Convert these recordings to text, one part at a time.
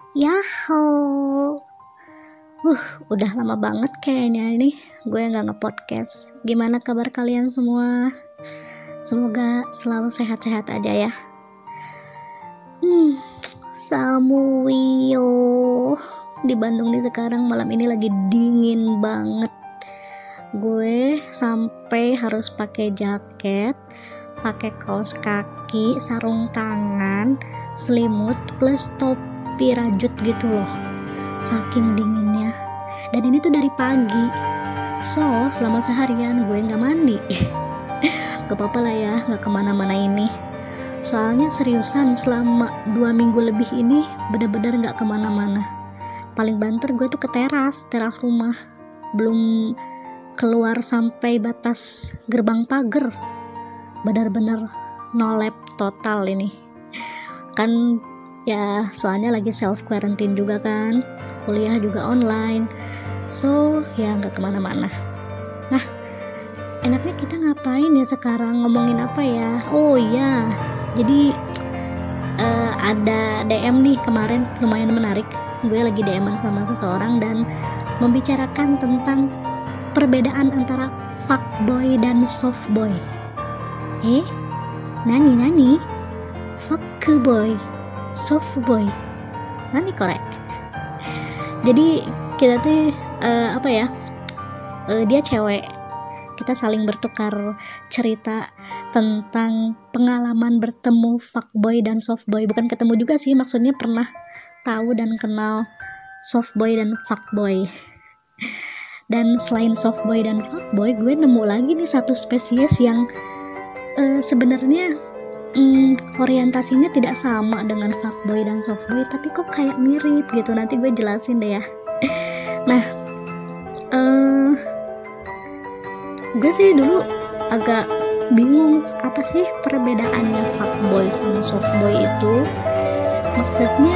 Yaho. Udah lama banget kayaknya ini gue gak nge-podcast. Gimana kabar kalian semua? Semoga selalu sehat-sehat aja ya. Samuio. Di Bandung nih sekarang malam ini lagi dingin banget. Gue sampai harus pakai jaket, pakai kaos kaki, sarung tangan, selimut plus topi rajut gitu loh, saking dinginnya. Dan ini tuh dari pagi, so selama seharian gue gak mandi. Gak apa-apa lah ya, gak kemana-mana ini. Soalnya seriusan selama 2 minggu lebih ini bener-bener gak kemana-mana. Paling banter gue tuh ke teras rumah, belum keluar sampai batas gerbang pagar. Bener-bener no lab total ini. Kan ya soalnya lagi self quarantine juga kan, kuliah juga online, so ya nggak kemana-mana. Nah, enaknya kita ngapain ya sekarang, ngomongin apa ya? Oh iya, jadi ada DM nih kemarin, lumayan menarik. Gue lagi DM-an sama seseorang dan membicarakan tentang perbedaan antara fuckboy dan softboy. Nani? Fuckboy, softboy, nani korek. Jadi kita tuh dia cewek, kita saling bertukar cerita tentang pengalaman bertemu fuckboy dan softboy. Bukan ketemu juga sih, maksudnya pernah tahu dan kenal softboy dan fuckboy. Dan selain softboy dan fuckboy, gue nemu lagi nih satu spesies yang sebenarnya orientasinya tidak sama dengan fuckboy dan softboy, tapi kok kayak mirip gitu. Nanti gue jelasin deh ya. Nah, gue sih dulu agak bingung apa sih perbedaannya fuckboy sama softboy itu. Maksudnya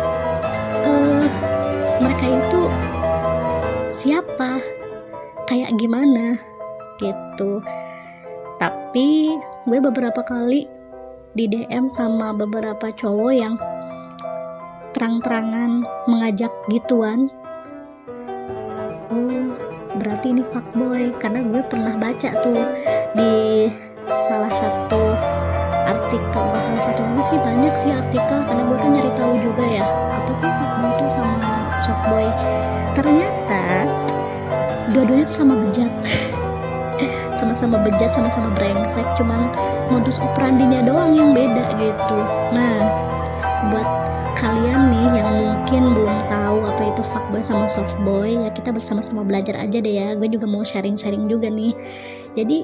mereka itu siapa, kayak gimana gitu. Tapi gue beberapa kali di DM sama beberapa cowok yang terang-terangan mengajak gituan. Oh, berarti ini fuckboy, karena gue pernah baca tuh di salah satu artikel, salah satu lagi sih, banyak sih artikel, karena gue kan nyari tahu juga ya apa sih fuckboy itu sama softboy. Ternyata dua-duanya tuh sama bejat. sama-sama bejat, sama-sama brengsek, cuman modus operandinya doang yang beda gitu. Nah, buat kalian nih yang mungkin belum tahu apa itu fuckboy sama softboy, ya kita bersama-sama belajar aja deh ya. Gue juga mau sharing-sharing juga nih. Jadi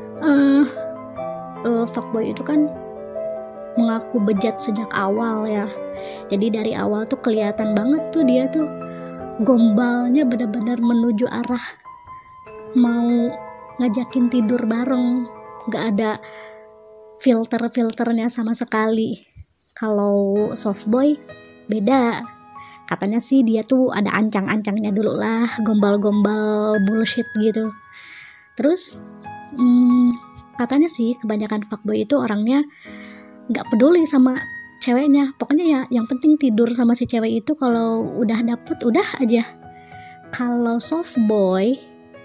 fuckboy itu kan mengaku bejat sejak awal ya. Jadi dari awal tuh kelihatan banget tuh dia tuh gombalnya benar-benar menuju arah mau ngajakin tidur bareng, gak ada filternya sama sekali. Kalau softboy beda, katanya sih dia tuh ada ancang-ancangnya dulu lah, gombal-gombal bullshit gitu. Terus katanya sih kebanyakan fuckboy itu orangnya gak peduli sama ceweknya, pokoknya ya yang penting tidur sama si cewek itu. Kalau udah dapet udah aja. Kalau softboy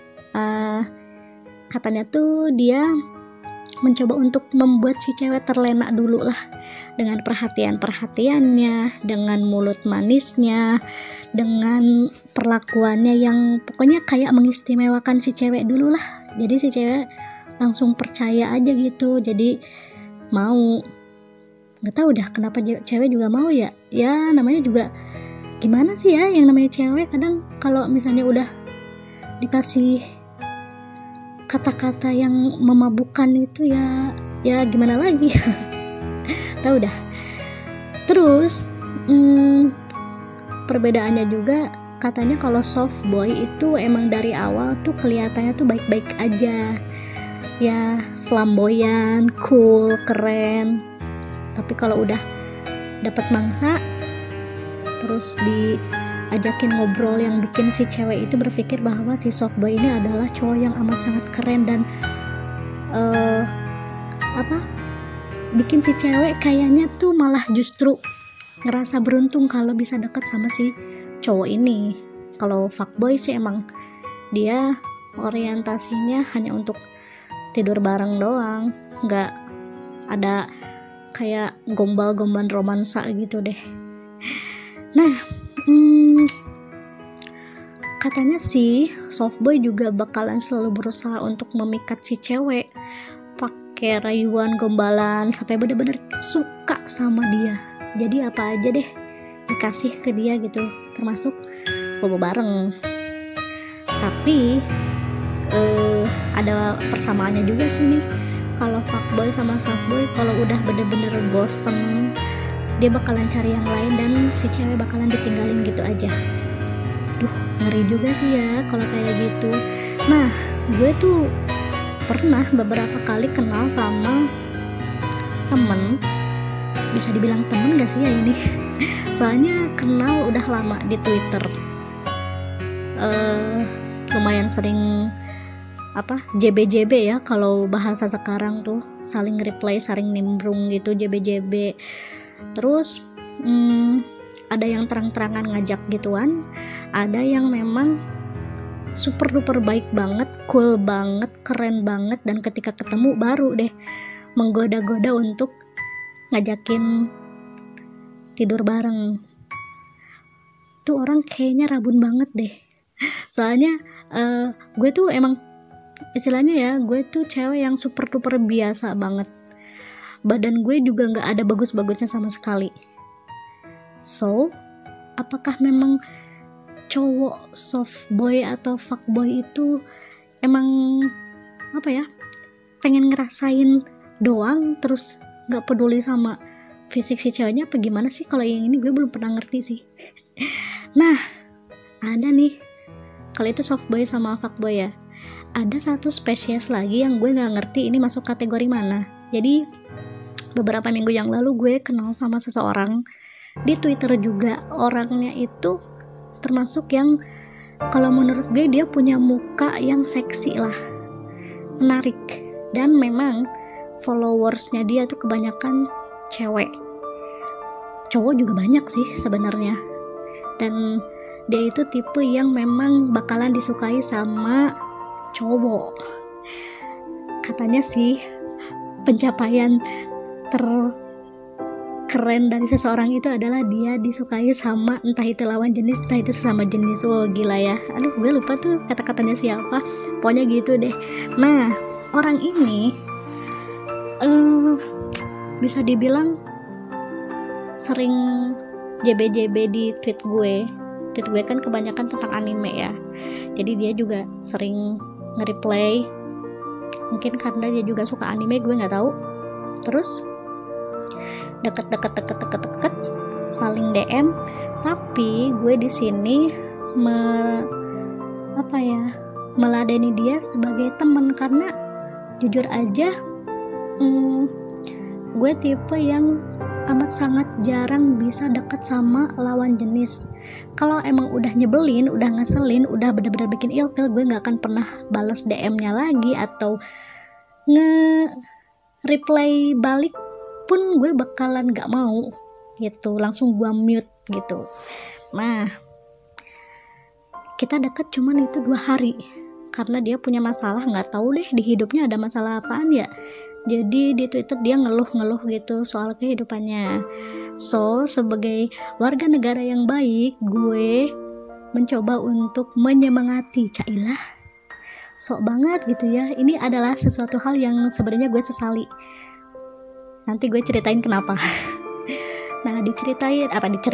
katanya tuh dia mencoba untuk membuat si cewek terlena dulu lah, dengan perhatiannya, dengan mulut manisnya, dengan perlakuannya yang pokoknya kayak mengistimewakan si cewek dulu lah. Jadi si cewek langsung percaya aja gitu, jadi mau. Gak tahu dah kenapa cewek juga mau ya. Ya namanya juga gimana sih ya, yang namanya cewek kadang kalau misalnya udah dikasih kata-kata yang memabukkan itu ya gimana lagi. Tahu dah. Terus perbedaannya juga katanya kalau softboy itu emang dari awal tuh kelihatannya tuh baik-baik aja ya, flamboyan, cool, keren. Tapi kalau udah dapat mangsa, terus diajakin ngobrol yang bikin si cewek itu berpikir bahwa si softboy ini adalah cowok yang amat sangat keren dan bikin si cewek kayaknya tuh malah justru ngerasa beruntung kalau bisa deket sama si cowok ini. Kalau fuckboy sih emang dia orientasinya hanya untuk tidur bareng doang, nggak ada kayak gombal-gombalan romansa gitu deh. Nah, katanya sih softboy juga bakalan selalu berusaha untuk memikat si cewek, pakai rayuan, gombalan, sampai bener-bener suka sama dia. Jadi apa aja deh dikasih ke dia gitu, termasuk bobo bareng. Tapi ada persamaannya juga sih nih. Kalau fuckboy sama softboy, kalau udah bener-bener bosen, dia bakalan cari yang lain dan si cewek bakalan ditinggalin gitu aja. Duh, ngeri juga sih ya kalau kayak gitu. Nah, gue tuh pernah beberapa kali kenal sama temen, bisa dibilang temen gak sih ya ini? Soalnya kenal udah lama di Twitter, lumayan sering JB ya kalau bahasa sekarang tuh, saling reply, saling nimbrung gitu, JB. Terus ada yang terang-terangan ngajak gituan, ada yang memang super duper baik banget, cool banget, keren banget, dan ketika ketemu baru deh menggoda-goda untuk ngajakin tidur bareng. Tuh orang kayaknya rabun banget deh. Soalnya gue tuh emang istilahnya ya, gue tuh cewek yang super duper biasa banget. Badan gue juga gak ada bagus-bagusnya sama sekali. So, apakah memang cowok softboy atau fuckboy itu emang pengen ngerasain doang terus gak peduli sama fisik si ceweknya apa gimana sih? Kalau yang ini gue belum pernah ngerti sih. Nah, ada nih, kalau itu softboy sama fuckboy ya, ada satu spesies lagi yang gue gak ngerti ini masuk kategori mana. Jadi beberapa minggu yang lalu gue kenal sama seseorang di Twitter juga. Orangnya itu termasuk yang kalau menurut gue dia punya muka yang seksi lah, menarik, dan memang followersnya dia tuh kebanyakan cewek. Cowok juga banyak sih sebenarnya, dan dia itu tipe yang memang bakalan disukai sama cowok. Katanya sih pencapaian terkeren dari seseorang itu adalah dia disukai sama entah itu lawan jenis, entah itu sesama jenis. Wow, gila ya. Aduh, gue lupa tuh kata-katanya siapa, pokoknya gitu deh. Nah, orang ini bisa dibilang sering JB di tweet gue kan kebanyakan tentang anime ya, jadi dia juga sering nge-reply, mungkin karena dia juga suka anime, gue nggak tahu. Terus deket saling DM, tapi gue di sini meladeni dia sebagai teman, karena jujur aja gue tipe yang amat sangat jarang bisa deket sama lawan jenis. Kalau emang udah nyebelin, udah ngeselin, udah bener-bener bikin ilfil, gue gak akan pernah balas DM-nya lagi atau nge-reply balik pun gue bakalan gak mau gitu, langsung gue mute gitu. Nah, kita deket cuman itu 2 hari karena dia punya masalah, gak tahu deh di hidupnya ada masalah apaan ya. Jadi di Twitter dia ngeluh gitu soal kehidupannya. So, sebagai warga negara yang baik, gue mencoba untuk menyemangati. Cailah, sok banget gitu ya. Ini adalah sesuatu hal yang sebenarnya gue sesali. Nanti gue ceritain kenapa. Nah, diceritain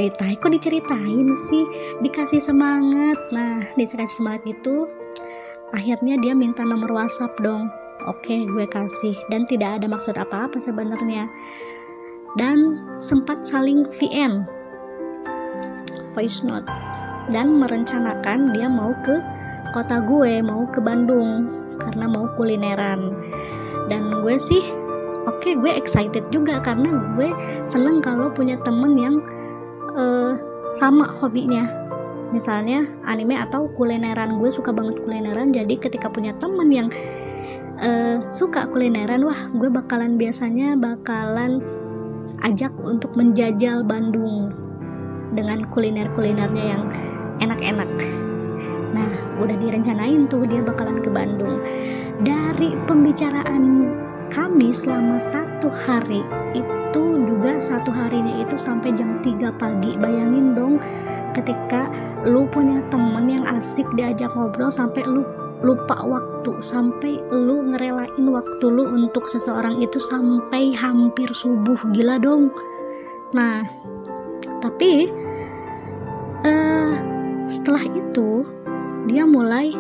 sih, dikasih semangat. Nah, dikasih semangat gitu, akhirnya dia minta nomor WhatsApp dong. Oke, gue kasih, dan tidak ada maksud apa-apa sebenarnya. Dan sempat saling VN, voice note, dan merencanakan dia mau ke kota gue, mau ke Bandung karena mau kulineran. Dan gue sih gue excited juga karena gue seneng kalau punya temen yang sama hobinya, misalnya anime atau kulineran. Gue suka banget kulineran, jadi ketika punya temen yang suka kulineran, wah gue biasanya bakalan ajak untuk menjajal Bandung dengan kuliner-kulinernya yang enak-enak. Nah, udah direncanain tuh dia bakalan ke Bandung. Dari pembicaraan kami selama 1 hari itu juga, 1 harinya itu sampai jam 3 pagi. Bayangin dong, ketika lu punya temen yang asik diajak ngobrol sampai lu lupa waktu, sampai lu ngerelain waktu lu untuk seseorang itu sampai hampir subuh. Gila dong. Nah, tapi setelah itu dia mulai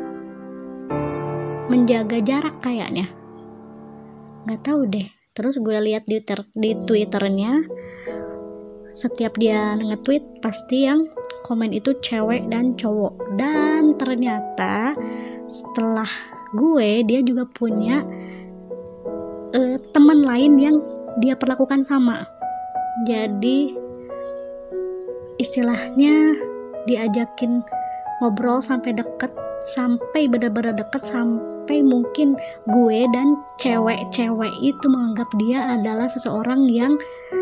menjaga jarak kayaknya, nggak tahu deh. Terus gue lihat di Twitternya, setiap dia nge-tweet pasti yang komen itu cewek dan cowok. Dan ternyata setelah dia juga punya teman lain yang dia perlakukan sama. Jadi istilahnya diajakin ngobrol sampai deket, sampai benar-benar deket, sampai mungkin gue dan cewek-cewek itu menganggap dia adalah seseorang yang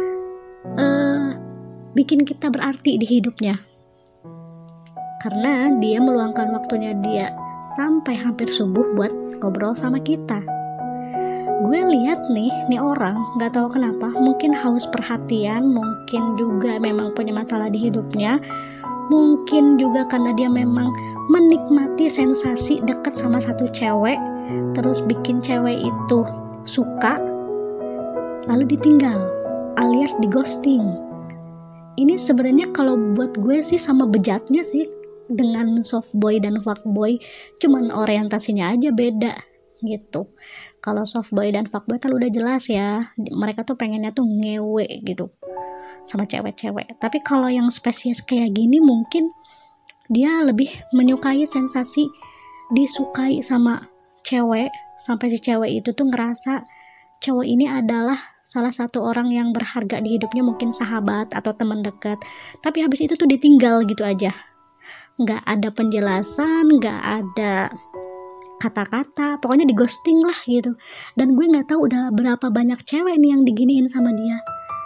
bikin kita berarti di hidupnya, karena dia meluangkan waktunya dia sampai hampir subuh buat ngobrol sama kita. Gue lihat nih orang nggak tahu kenapa, mungkin haus perhatian, mungkin juga memang punya masalah di hidupnya, mungkin juga karena dia memang menikmati sensasi dekat sama satu cewek, terus bikin cewek itu suka, lalu ditinggal alias di ghosting. Ini sebenarnya kalau buat gue sih sama bejatnya sih dengan soft boy dan fuck boy, cuman orientasinya aja beda gitu. Kalau soft boy dan fuck boy kan udah jelas ya, mereka tuh pengennya tuh ngewe gitu sama cewek-cewek. Tapi kalau yang spesies kayak gini mungkin dia lebih menyukai sensasi disukai sama cewek, sampai si cewek itu tuh ngerasa cowok ini adalah salah satu orang yang berharga di hidupnya, mungkin sahabat atau teman dekat. Tapi habis itu tuh ditinggal gitu aja, nggak ada penjelasan, nggak ada kata-kata, pokoknya di ghosting lah gitu. Dan gue nggak tahu udah berapa banyak cewek nih yang diginiin sama dia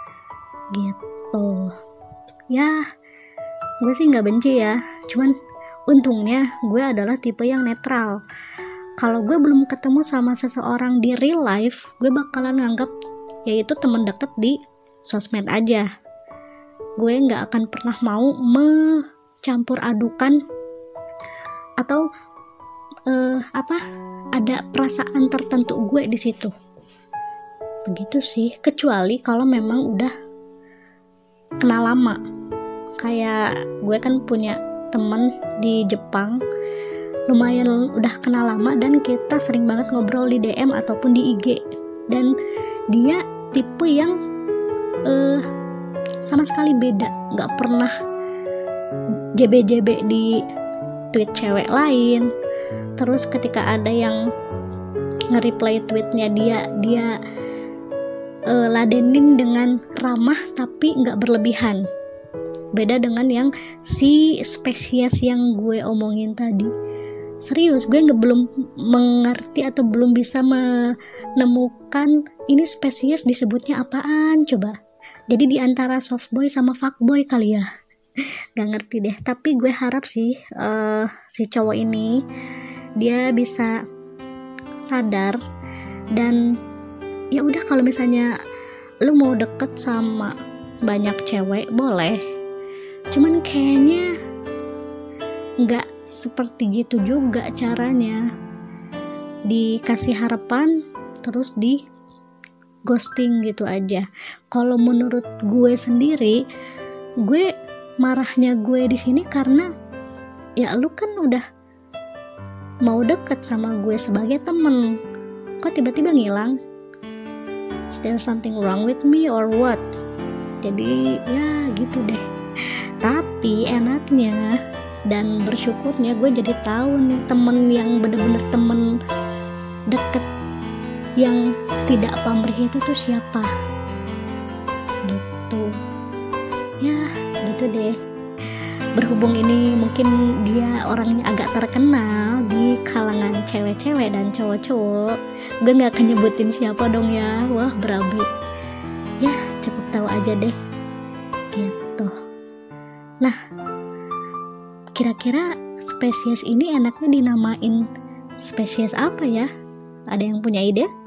gitu. Ya gue sih nggak benci ya, cuman untungnya gue adalah tipe yang netral. Kalau gue belum ketemu sama seseorang di real life, gue bakalan nganggap yaitu teman deket di sosmed aja. Gue nggak akan pernah mau mencampur adukan atau ada perasaan tertentu gue di situ. Begitu sih, kecuali kalau memang udah kenal lama. Kayak gue kan punya temen di Jepang, lumayan udah kenal lama, dan kita sering banget ngobrol di DM ataupun di IG. Dan dia tipe yang sama sekali beda, nggak pernah JB-JB di tweet cewek lain. Terus ketika ada yang nge-reply tweetnya dia ladenin dengan ramah tapi nggak berlebihan. Beda dengan yang si spesies yang gue omongin tadi. Serius, gue belum mengerti atau belum bisa menemukan ini spesies disebutnya apaan coba. Jadi di antara soft boy sama fuck boy kali ya. Gak ngerti deh, tapi gue harap sih si cowok ini dia bisa sadar. Dan ya udah, kalau misalnya lu mau deket sama banyak cewek boleh, cuman kayaknya nggak seperti gitu juga caranya. Dikasih harapan terus di ghosting gitu aja. Kalau menurut gue sendiri, gue marahnya gue di sini karena ya lu kan udah mau deket sama gue sebagai temen, kok tiba-tiba ngilang? Is there something wrong with me or what? Jadi ya gitu deh. Tapi enaknya dan bersyukurnya gue jadi tahu nih temen yang bener-bener temen deket yang tidak pamrih itu tuh siapa gitu ya. Gitu deh. Berhubung ini mungkin dia orangnya agak terkenal di kalangan cewek-cewek dan cowok-cowok, gue gak akan nyebutin siapa dong ya. Wah, berabe ya. aja deh gitu. Nah, kira-kira spesies ini enaknya dinamain spesies apa ya? Ada yang punya ide?